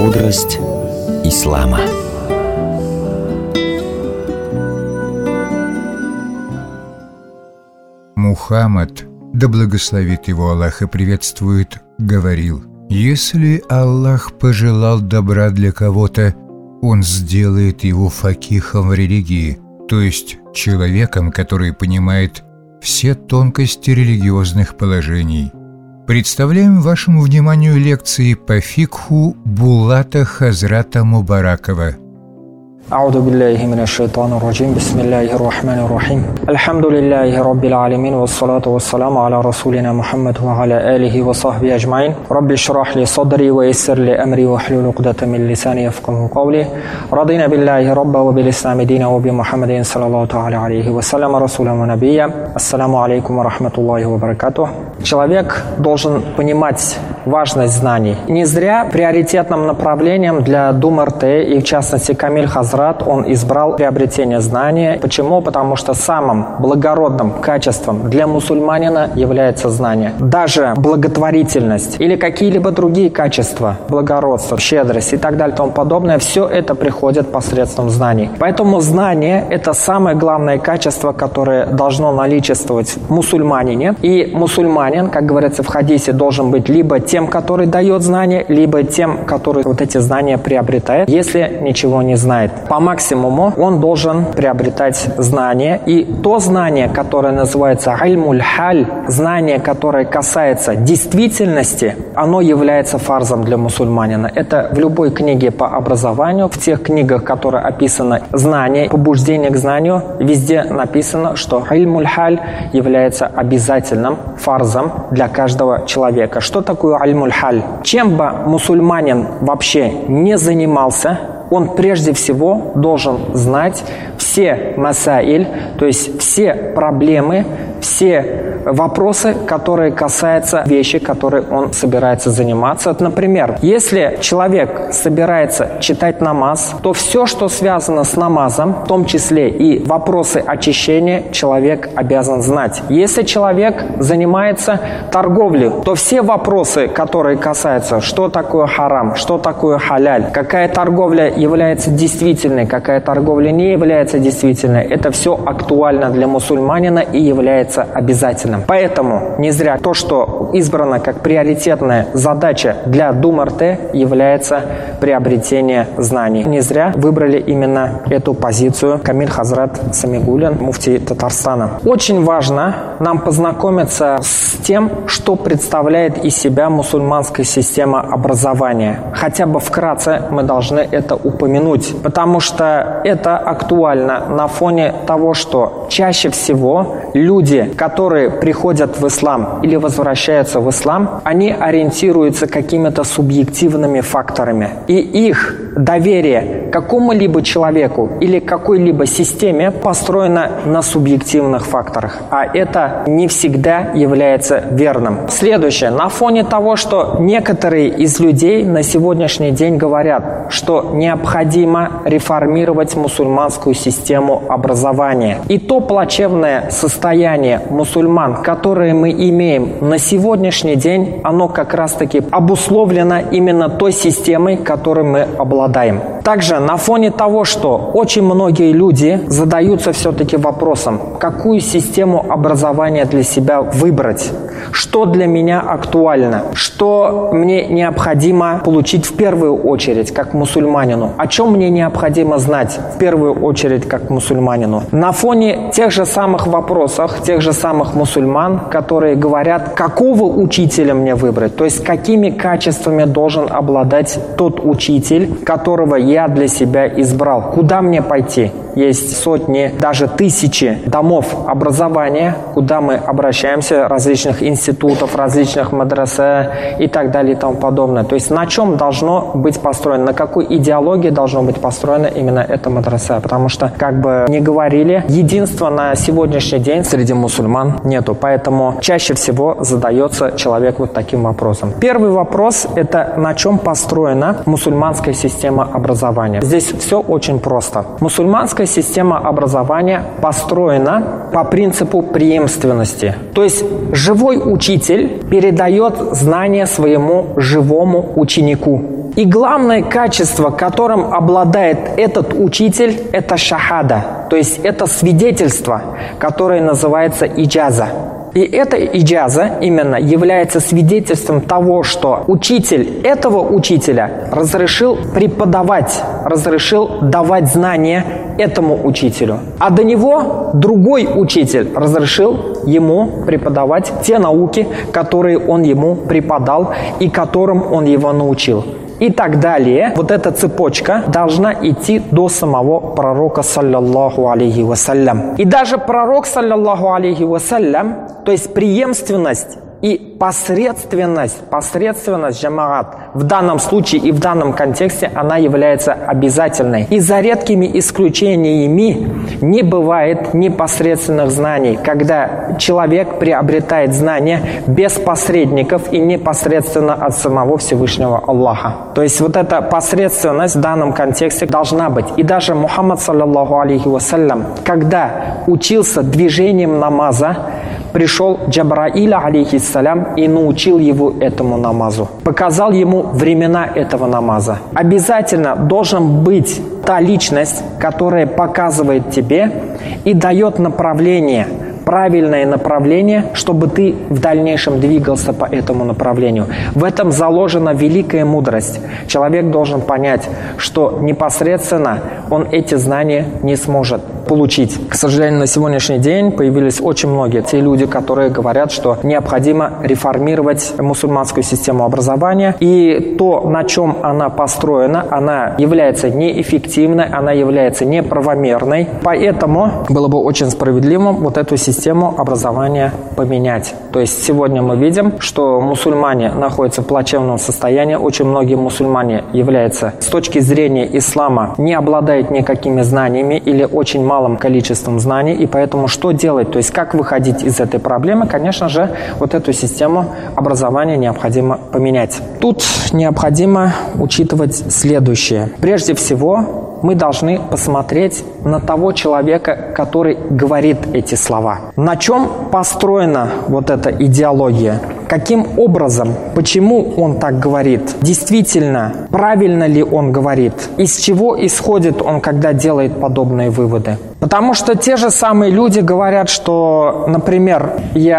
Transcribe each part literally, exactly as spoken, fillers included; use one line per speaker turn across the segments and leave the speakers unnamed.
Мудрость ислама.
Мухаммад, да благословит его Аллах и приветствует, говорил: если Аллах пожелал добра для кого-то, Он сделает его факихом в религии, то есть человеком, который понимает все тонкости религиозных положений. Представляем вашему вниманию лекции по фикху Булата Хазрата Мубаракова.
أعوذ بالله من الشيطان الرجيم بسم الله الرحمن الرحيم الحمد لله رب العالمين والصلاة والسلام على رسولنا محمد وعلى آله وصحبه أجمعين رب اشرح لي صدري ويسر لي أمري واحلل عقدة من لساني يفقهوا قولي رضينا بالله ربا وبالإسلام دينا وبمحمد صلى الله تعالى عليه وسلم رسولا ونبيا. Ассаламу алейкум ва рахматуллахи ва баракатух. Человек должен понимать важность знаний. Не зря приоритетным направлением для ДУМ-РТ и в частности Камиль Хазрат он избрал приобретение знания. Почему? Потому что самым благородным качеством для мусульманина является знание. Даже благотворительность или какие-либо другие качества, благородство, щедрость и так далее и тому подобное, все это приходит посредством знаний. Поэтому знание – это самое главное качество, которое должно наличествовать в мусульманине. И мусульманин, как говорится в хадисе, должен быть либо тем, который дает знания, либо тем, который вот эти знания приобретает, если ничего не знает. По максимуму он должен приобретать знания. И то знание, которое называется альмуль халь, знание, которое касается действительности, оно является фарзом для мусульманина. Это в любой книге по образованию, в тех книгах, которые описаны знания, побуждение к знанию, везде написано, что альмуль халь является обязательным фарзом для каждого человека. Что такое альмуль халь? Чем бы мусульманин вообще не занимался, он прежде всего должен знать все масаиль, то есть все проблемы, все вопросы, которые касаются вещи, которые он собирается заниматься. Например, если человек собирается читать намаз, то все, что связано с намазом, в том числе и вопросы очищения, человек обязан знать. Если человек занимается торговлей, то все вопросы, которые касаются, что такое харам, что такое халяль, какая торговля является действительной, какая торговля не является действительной, это все актуально для мусульманина и является обязательным. Поэтому не зря то, что избрано как приоритетная задача для ДУМ-РТ, является приобретение знаний. Не зря выбрали именно эту позицию Камиль Хазрат Самигуллин, муфти Татарстана. Очень важно нам познакомиться с тем, что представляет из себя мусульманская система образования. Хотя бы вкратце мы должны это упомянуть, потому что это актуально на фоне того, что чаще всего люди, которые приходят в ислам или возвращаются в ислам, они ориентируются какими-то субъективными факторами. И их доверие какому-либо человеку или какой-либо системе построено на субъективных факторах. А это не всегда является верным. Следующее. На фоне того, что некоторые из людей на сегодняшний день говорят, что необходимо реформировать мусульманскую систему образования. И то плачевное состояние мусульман, которое мы имеем на сегодняшний день, оно как раз-таки обусловлено именно той системой, которой мы обладаем. Также на фоне того, что очень многие люди задаются все-таки вопросом, какую систему образования для себя выбрать, что для меня актуально, что мне необходимо получить в первую очередь как мусульманину, о чем мне необходимо знать в первую очередь как мусульманину. На фоне тех же самых вопросов, тех же самых мусульман, которые говорят, какого учителя мне выбрать, то есть какими качествами должен обладать тот учитель, которого я для себя избрал, куда мне пойти. Есть сотни, даже тысячи домов образования, куда мы обращаемся, различных институтов, различных мадраса и так далее и тому подобное. То есть на чем должно быть построено, на какой идеологии должно быть построена именно эта мадраса. Потому что, как бы ни говорили, единства на сегодняшний день среди мусульман нету. Поэтому чаще всего задается человек вот таким вопросом. Первый вопрос – это на чем построена мусульманская система образования. Здесь все очень просто. Мусульманская мусульманская система образования построена по принципу преемственности. То есть живой учитель передает знания своему живому ученику. И главное качество, которым обладает этот учитель, это шахада, то есть это свидетельство, которое называется иджаза. И эта иджаза именно является свидетельством того, что учитель этого учителя разрешил преподавать, разрешил давать знания этому учителю. А до него другой учитель разрешил ему преподавать те науки, которые он ему преподал и которым он его научил. И так далее. Вот эта цепочка должна идти до самого пророка, саллаллаху алейхи вассалям. И даже пророк, саллаллаху алейхи вассалям, то есть преемственность и посредственность, посредственность джамаат в данном случае и в данном контексте она является обязательной. И за редкими исключениями не бывает непосредственных знаний, когда человек приобретает знания без посредников и непосредственно от самого Всевышнего Аллаха. То есть вот эта посредственность в данном контексте должна быть. И даже Мухаммад, саллаллаху алейхи вассалям, когда учился движением намаза, пришел Джабраиль, алейхиссалям, и научил его этому намазу. Показал ему времена этого намаза. Обязательно должен быть та личность, которая показывает тебе и дает направление, правильное направление, чтобы ты в дальнейшем двигался по этому направлению. В этом заложена великая мудрость. Человек должен понять, что непосредственно он эти знания не сможет получить. К сожалению, на сегодняшний день появились очень многие те люди, которые говорят, что необходимо реформировать мусульманскую систему образования, и то, на чем она построена, она является неэффективной, она является неправомерной. Поэтому было бы очень справедливым вот эту систему образования поменять. То есть сегодня мы видим, что мусульмане находятся в плачевном состоянии. Очень многие мусульмане являются с точки зрения ислама не обладают никакими знаниями или очень малым количеством знаний. И поэтому что делать? То есть как выходить из этой проблемы? Конечно же, вот эту систему образования необходимо поменять. Тут необходимо учитывать следующее. Прежде всего, мы должны посмотреть на того человека, который говорит эти слова. На чем построена вот эта идеология? Каким образом? Почему он так говорит? Действительно, правильно ли он говорит? Из чего исходит он, когда делает подобные выводы? Потому что те же самые люди говорят, что, например,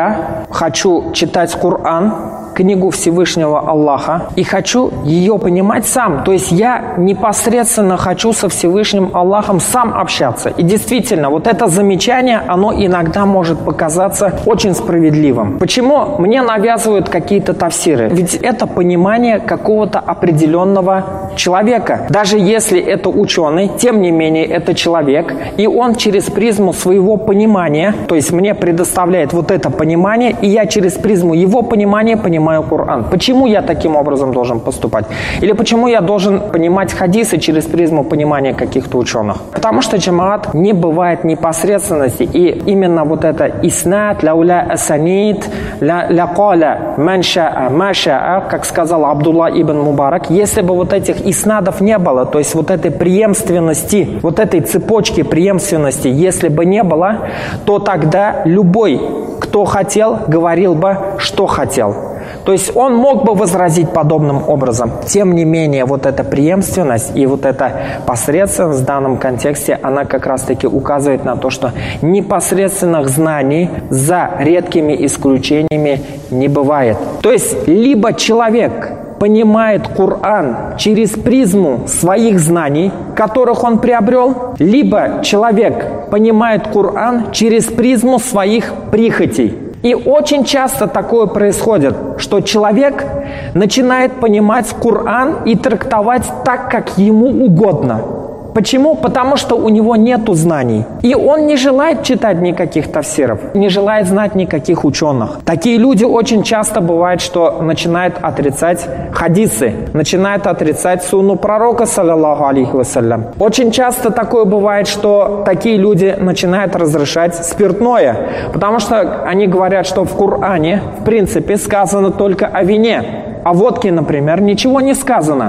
я хочу читать Коран, книгу Всевышнего Аллаха, и хочу ее понимать сам. То есть я непосредственно хочу со Всевышним Аллахом сам общаться. И действительно, вот это замечание, оно иногда может показаться очень справедливым. Почему мне навязывают какие-то тафсиры? Ведь это понимание какого-то определенного человека. Даже если это ученый, тем не менее это человек, и он через призму своего понимания, то есть мне предоставляет вот это понимание, и я через призму его понимания понимаю Коран. Почему я таким образом должен поступать? Или почему я должен понимать хадисы через призму понимания каких-то ученых? Потому что, джамаат, не бывает непосредственности. И именно вот это иснат, лауля асанид, ля каля маншаа машаа, как сказал Абдулла ибн Мубарак, если бы вот этих иснадов не было, то есть вот этой преемственности, вот этой цепочки преемственности, если бы не было, то тогда любой, кто хотел, говорил бы, что хотел. То есть он мог бы возразить подобным образом. Тем не менее, вот эта преемственность и вот эта посредственность в данном контексте, она как раз-таки указывает на то, что непосредственных знаний за редкими исключениями не бывает. То есть либо человек понимает Коран через призму своих знаний, которых он приобрел, либо человек понимает Коран через призму своих прихотей. И очень часто такое происходит, что человек начинает понимать Коран и трактовать так, как ему угодно. Почему? Потому что у него нету знаний. И он не желает читать никаких тафсиров, не желает знать никаких ученых. Такие люди очень часто бывает, что начинают отрицать хадисы, начинают отрицать сунну пророка, саллаллаху алейхи вассалям. Очень часто такое бывает, что такие люди начинают разрешать спиртное, потому что они говорят, что в Коране, в принципе, сказано только о вине. О водке, например, ничего не сказано.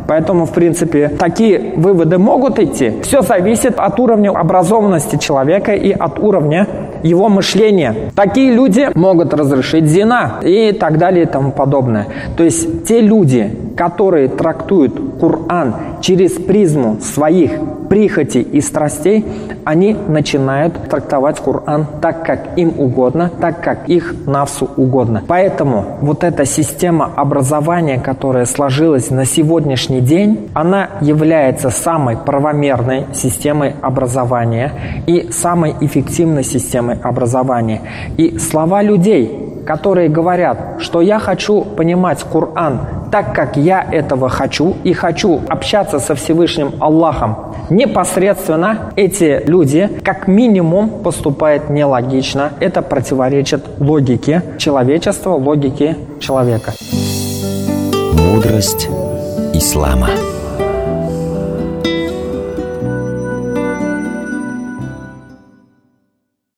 Поэтому, в принципе, такие выводы могут идти. Все зависит от уровня образованности человека и от уровня его мышления. Такие люди могут разрешить зина и так далее и тому подобное. То есть те люди, которые трактуют Коран через призму своих прихотей и страстей, они начинают трактовать Коран так, как им угодно, так, как их нафсу угодно. Поэтому вот эта система образования, которая сложилась на сегодняшний день, она является самой правомерной системой образования и самой эффективной системой образования. И слова людей, которые говорят, что я хочу понимать Коран так, как я этого хочу, и хочу общаться со Всевышним Аллахом непосредственно, эти люди как минимум поступают нелогично. Это противоречит логике человечества, логике человека.
Мудрость ислама.